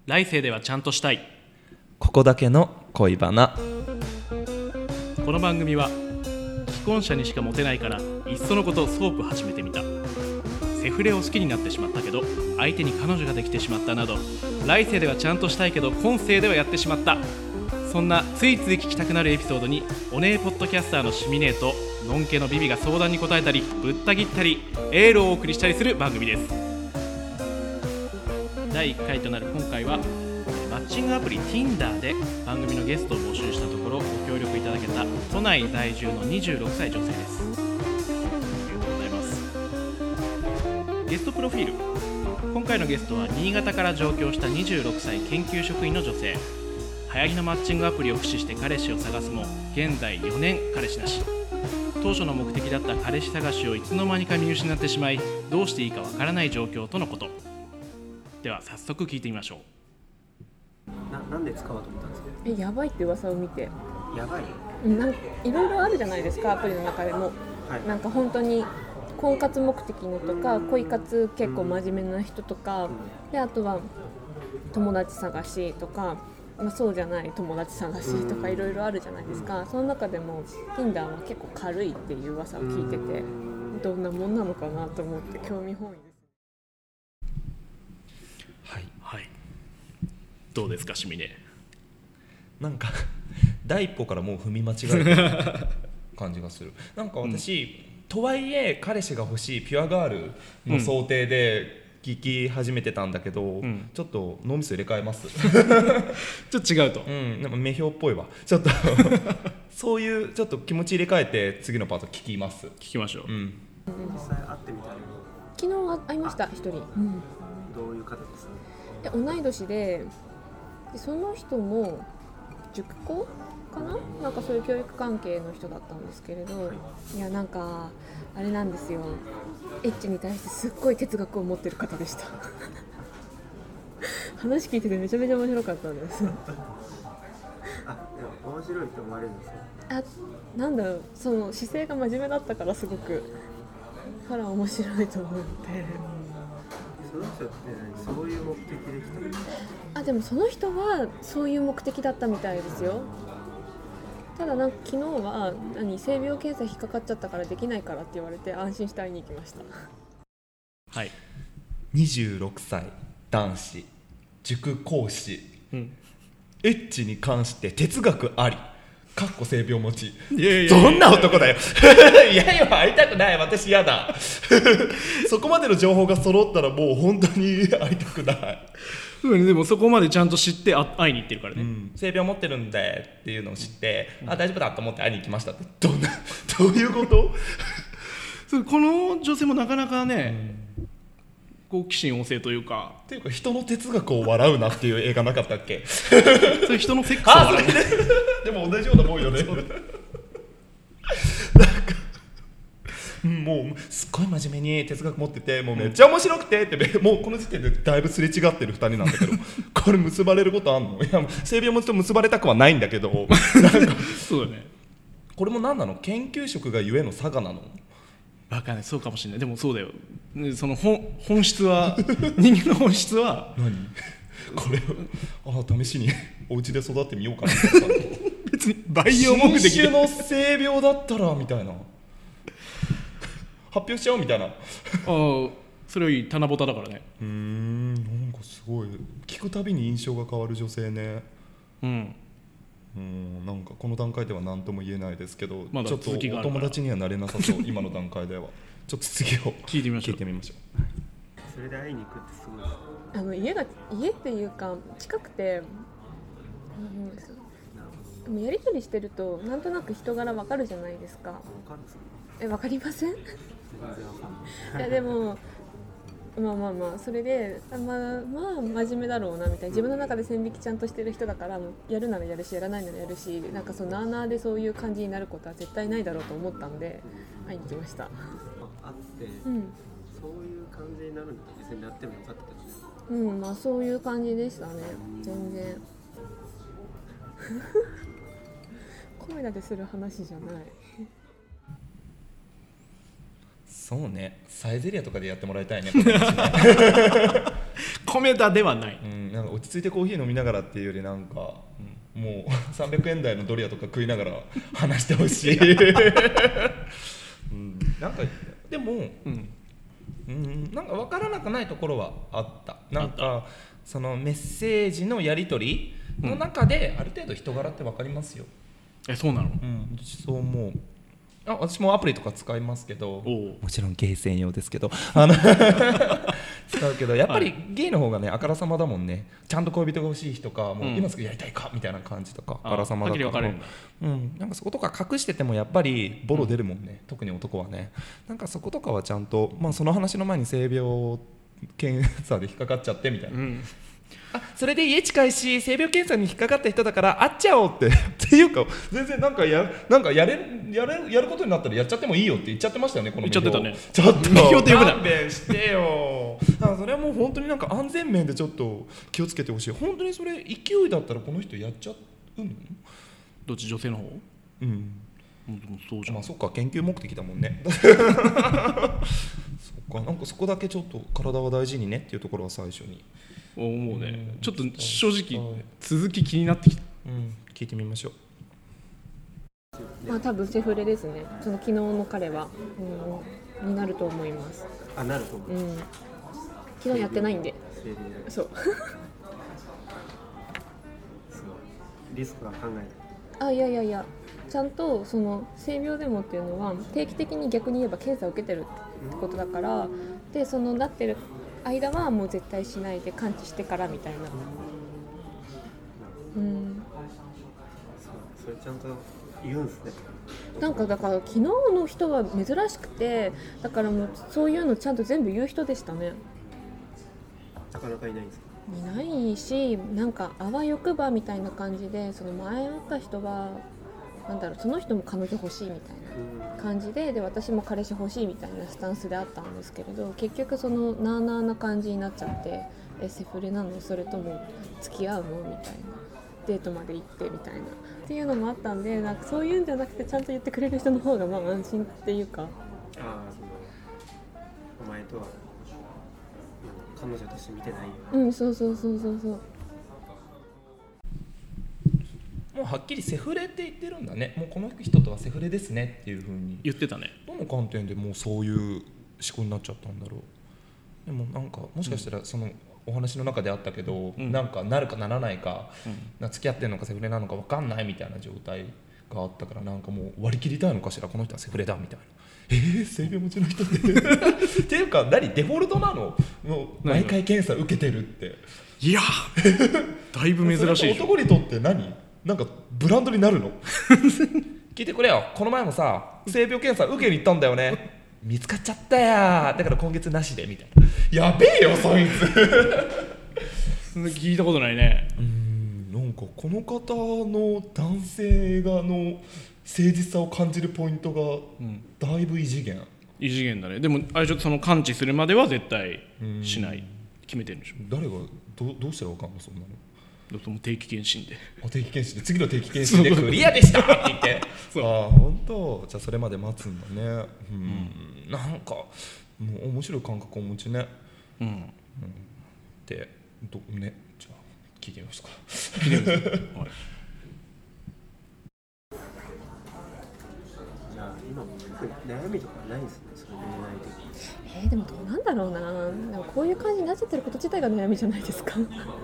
来世ではちゃんとしたい。 ここだけの恋バナ。 この番組は既婚者にしかモテないからいっそのことソープ始めてみた、セフレを好きになってしまったけど相手に彼女ができてしまったなど、来世ではちゃんとしたいけど今世ではやってしまった、そんなついつい聞きたくなるエピソードにおねえポッドキャスターのシミネーとのんけのビビが相談に答えたりぶった切ったりエールをお送りしたりする番組です。第1回となる今回はマッチングアプリ Tinder で番組のゲストを募集したところご協力いただけた都内在住の26歳女性です。ありがとうございます。ゲストプロフィール。今回のゲストは新潟から上京した26歳研究職員の女性。流行りのマッチングアプリを駆使して彼氏を探すも現在4年彼氏なし。当初の目的だった彼氏探しをいつの間にか見失ってしまい、どうしていいかわからない状況とのこと。では早速聞いてみましょう。 なんで使おうと思ったんですか？ やばいって噂を見て。 やばい？ いろいろあるじゃないですか、アプリの中でも、はい、なんか本当に婚活目的のとか恋活結構真面目な人とか、であとは友達探しとか、そうじゃない友達探しとかいろいろあるじゃないですか。その中でも Tinder は結構軽いっていう噂を聞いてて、どんなもんなのかなと思って興味本位です。 はい、どうですかシミネ。 なんか第一歩からもう踏み間違えてる感じがする。なんか私、とはいえ彼氏が欲しいピュアガールの想定で聞き始めてたんだけど、ちょっと脳みそ入れ替えますちょっと違うと、 なんか目標っぽいわちょっとそういうちょっと気持ち入れ替えて次のパート聞きます。 聞きましょう。 実際会ってみたい。 昨日会いました一人。 どういう方ですか？ 同い年でその人も塾講かな、なんかそういう教育関係の人だったんですけれど、いやなんかあれなんですよ、エッチに対してすっごい哲学を持ってる方でした話聞いててめちゃめちゃ面白かったんですでも面白いって思われるんですよ。 なんだろう、その姿勢が真面目だったからすごくから面白いと思って。 その人ってそういう目的で来た？ でもその人はそういう目的だったみたいですよ。ただなんか昨日は性病検査引っかかっちゃったからできないからって言われて安心して会いに行きました。 はい。 26歳男子塾講師、エッチに関して哲学ありかっこ性病持ち。どんな男だよいやいや会いたくない、私嫌だそこまでの情報が揃ったらもう本当に会いたくない。 でもそこまでちゃんと知って会いに行ってるからね、 性病持ってるんでっていうのを知って、大丈夫だと思って会いに行きましたってどういうことこの女性もなかなかね、好奇心旺盛というか、 っていうか人の哲学を笑うなっていう映画なかったっけそれ人のセックスを笑うでも同じようなもんよねなんかもうすっごい真面目に哲学持っててもうめっちゃ面白くてって、もうこの時点でだいぶすれ違ってる2人なんだけどこれ結ばれることあんの？いや性病持ちと結ばれたくはないんだけどなんかそうだね。これも何なの？研究職がゆえの差がなの？ バカね、そうかもしれない。でもそうだよ、その本質は人間の本質は何これ試しにお家で育ってみようかな別に培養目的で新種の性病だったらみたいな発表しちゃおうみたいなそれより棚ぼただからね。 なんかすごい聞くたびに印象が変わる女性ね。なんかこの段階では何とも言えないですけど、ちょっとお友達にはなれなさそう今の段階では。ちょっと次を聞いてみましょう。 それで会いに行くってすごい。 家っていうか近くて、でもやり取りしてるとなんとなく人柄わかるじゃないですか。わかりませんいやでもそれで真面目だろうなみたいな、自分の中で線引きちゃんとしてる人だから、もうやるならやるしやらないならやるし、なんかなあなあでそういう感じになることは絶対ないだろうと思ったんで会いに来ました。 会って、そういう感じになるんだ。別にやってもよかったけどね。 そういう感じでしたね。全然声だけする話じゃない。 そうね、サイゼリアとかでやってもらいたいね米田ではない、 なんか落ち着いてコーヒー飲みながらっていうよりなんか、もう300円台のドリアとか食いながら話してほしいなんかでも、なんか分からなくないところはあった。なんかそのメッセージのやり取りの中である程度人柄って分かりますよ。 そうなの？ 私そう思う。私もアプリとか使いますけど、もちろんゲイ専用ですけど使うけどやっぱりゲイの方がねあからさまだもんね。ちゃんと恋人が欲しい人か、もう今すぐやりたいかみたいな感じとかあからさまだから、なんかそことか隠しててもやっぱりボロ出るもんね、特に男はね。なんかそことかはちゃんと、その話の前に性病検査で引っかかっちゃってみたいな、それで家近いし性病検査に引っかかった人だから会っちゃおうってっていうか全然なんかやることになったらやっちゃってもいいよって言っちゃってましたよね。この言っちゃってたね。 ちょっと右表よくない？ 勘弁してよ。だからそれはもう本当になんか安全面でちょっと気をつけてほしい。本当にそれ勢いだったらこの人やっちゃうの？ どっち？女性の方？でもそうじゃん。 そっか、研究目的だもんねそっか、なんかそこだけちょっと体は大事にねっていうところは最初に思うね。ちょっと正直続き気になってきた。 聞いてみましょう。多分セフレですね。その昨日の彼は、になると思います。 なると思う。 昨日やってないんで。そうリスクは考えない。いやちゃんとその性病でもっていうのは定期的に逆に言えば検査を受けてるってことだから、でそのなってる間はもう絶対しないで完治してからみたいな。 それちゃんと言うんですね。 なんかだから昨日の人は珍しくて、だからもうそういうのちゃんと全部言う人でしたね。 なかなかいないんですか？ いないし、なんかあわよくばみたいな感じで、その前会った人はその人も彼女欲しいみたいな感じで、私も彼氏欲しいみたいなスタンスであったんですけれど、結局そのなあなあな感じになっちゃって、セフレなのそれとも付き合うのみたいな、デートまで行ってみたいなっていうのもあったんで、なんかそういうんじゃなくてちゃんと言ってくれる人の方が安心っていうか、 お前とは彼女として見てないよ。 そうもうはっきりセフレって言ってるんだね。もうこの人とはセフレですねっていう風に言ってたね。 どの観点でもうそういう思考になっちゃったんだろう。でもなんかもしかしたらそのお話の中であったけど、なんかなるかならないか、付き合ってるのかセフレなのか分かんないみたいな状態があったから、なんかもう割り切りたいのかしら、この人はセフレだみたいな。性病持ちの人ってっていうか何デフォルトなの？もう毎回検査受けてるって。 いやだいぶ珍しい。 男にとって何？なんかブランドになるの聞いてくれよ。この前もさ性病検査受けに行ったんだよね見つかっちゃったや、だから今月なしでみたいな。やべえよそいつ聞いたことないね。 なんかこの方の男性がの誠実さを感じるポイントがだいぶ異次元だね。でもあれちょっとその完治するまでは絶対しない決めてるんでしょ。 誰がどうしたら分かんのそんなの。 定期検診で定期検診で次の定期検診でクリアでしたって言って本当じゃあそれまで待つんだね。なんかもう面白い感覚をお持ちね。でね、じゃあ聞いてみますか。 じゃあ今悩みとかないですね、その恋愛的。 でもどうなんだろうな。でもこういう感じになっちゃってること自体が悩みじゃないですか。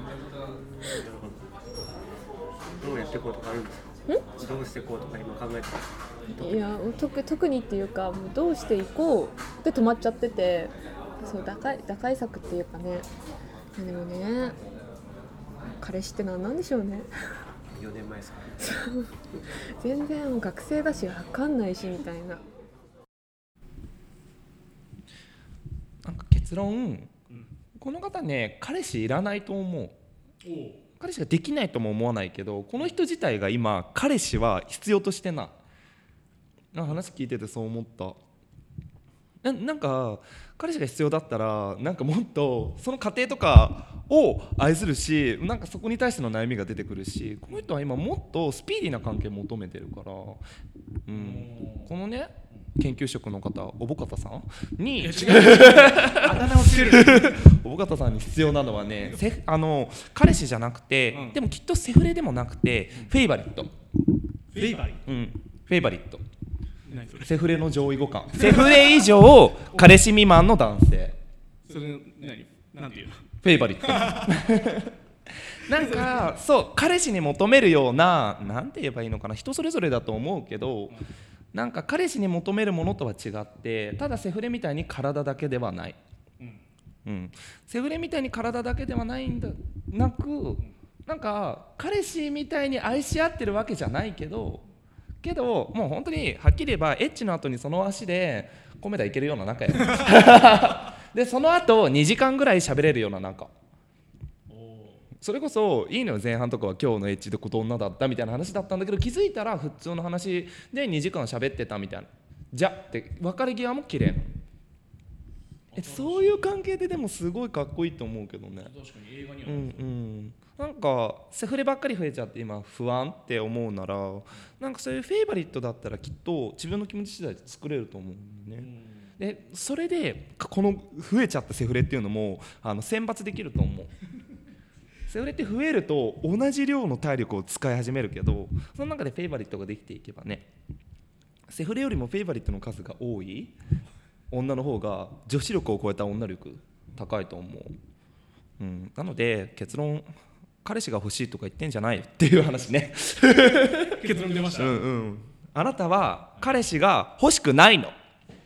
どうやっていこうとかあるんですか？どうしていこうとか今考えてます？ いや特にっていうか、どうしていこうで止まっちゃってて、そう打開策っていうかね。でもね、彼氏って何なんでしょうね。 4年前ですか？ 全然学生だし分かんないしみたいな。 なんか結論、この方ね彼氏いらないと思う。彼氏ができないとも思わないけど、この人自体が今彼氏は必要としてない。話聞いててそう思った。なんか彼氏が必要だったらなんかもっとその過程とかを愛するし、なんかそこに対しての悩みが出てくるし、この人は今もっとスピーディーな関係を求めてるから、このね研究職の方、おぼかたさんにあだ名をつけるおぼかたさんに必要なのはね、彼氏じゃなくて、でもきっとセフレでもなくて、フェイバリット。 フェイバリット、 フェイバリット。 何それ？ セフレの上位互換。セフレ以上彼氏未満の男性。 それなんていうの？ フェイバリット。なんかそう彼氏に求めるような、なんて言えばいいのかな、人それぞれだと思うけど、なんか彼氏に求めるものとは違って、ただセフレみたいに体だけではない、セフレみたいに体だけではないんだなく、なんか彼氏みたいに愛し合ってるわけじゃないけどもう本当にはっきり言えばエッチの後にその足で米田いけるような仲やでその後2時間ぐらい喋れるような仲。それこそいいのよ、前半とかは今日のエッチでこどんなだったみたいな話だったんだけど、気づいたら普通の話で2時間喋ってたみたいな、じゃって別れ際も綺麗な、そういう関係ででもすごいかっこいいと思うけどね。 確かに映画にはなんかセフレばっかり増えちゃって今不安って思うなら、なんかそういうフェイバリットだったらきっと自分の気持ち次第で作れると思うんだよね。でそれでこの増えちゃったセフレっていうのも選抜できると思う。セフレって増えると同じ量の体力を使い始めるけど、その中でフェイバリットができていけばね、セフレよりもフェイバリットの数が多い女の方が女子力を超えた女力高いと思う、なので結論、彼氏が欲しいとか言ってんじゃないよっていう話ね結論出ました。 あなたは彼氏が欲しくないの。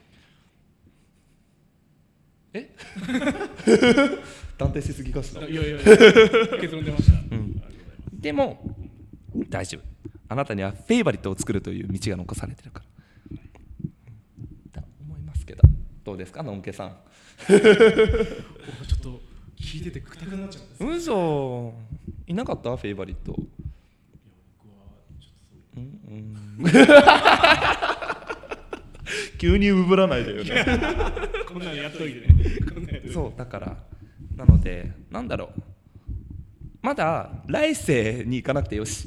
断定しすぎかしら。 いや結論出ました、 でも大丈夫、あなたにはフェイバリットを作るという道が残されてるからと思いますけど、どうですかのんけさんちょっと聞いててくたくなっちゃうんです。 嘘、いなかったフェイバリット。急にうぶらないでよねこんなのやっといてねそうだからなので、なんだろう、まだ来世に行かなくてよし、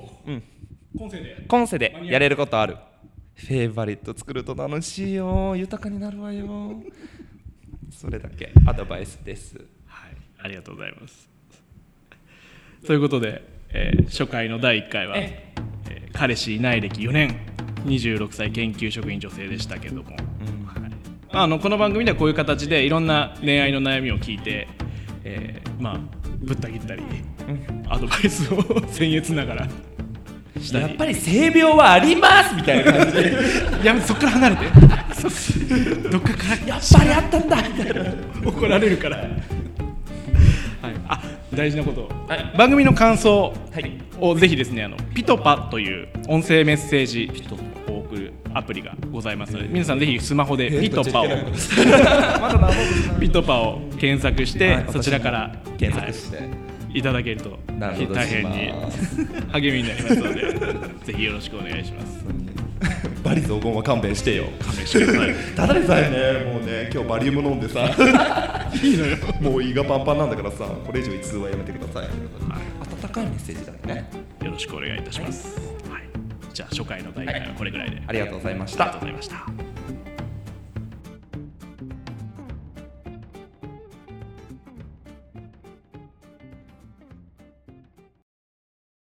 今世でやれることある。フェイバリット作ると楽しいよ、豊かになるわよ。それだけアドバイスです。 はい、ありがとうございます。ということで、初回の第1回は、彼氏いない歴4年26歳研究職員女性でしたけども、この番組ではこういう形でいろんな恋愛の悩みを聞いて、ぶった切ったり、アドバイスを僭越ながらしたり、 やっぱり性病はありますみたいな感じでやめそっから離れてどっかからやっぱりあったんだみたいな怒られるから、大事なこと、番組の感想をぜひですね、ピトパという音声メッセージを送るアプリがございますので、皆さんぜひスマホでピトパをピトパを検索して、そちらから検索していただけると大変に励みになりますのでぜひよろしくお願いします。 バリ雑言は勘弁してよ。 勘弁してください。 ただでさえね、もうね、今日バリウム飲んでさいいのよ、 もう胃がパンパンなんだからさ、これ以上胃痛はやめてください。温かいメッセージだね。 よろしくお願いいたします。じゃあ初回の第1回はこれぐらいで。 ありがとうございました。 ありがとうございました。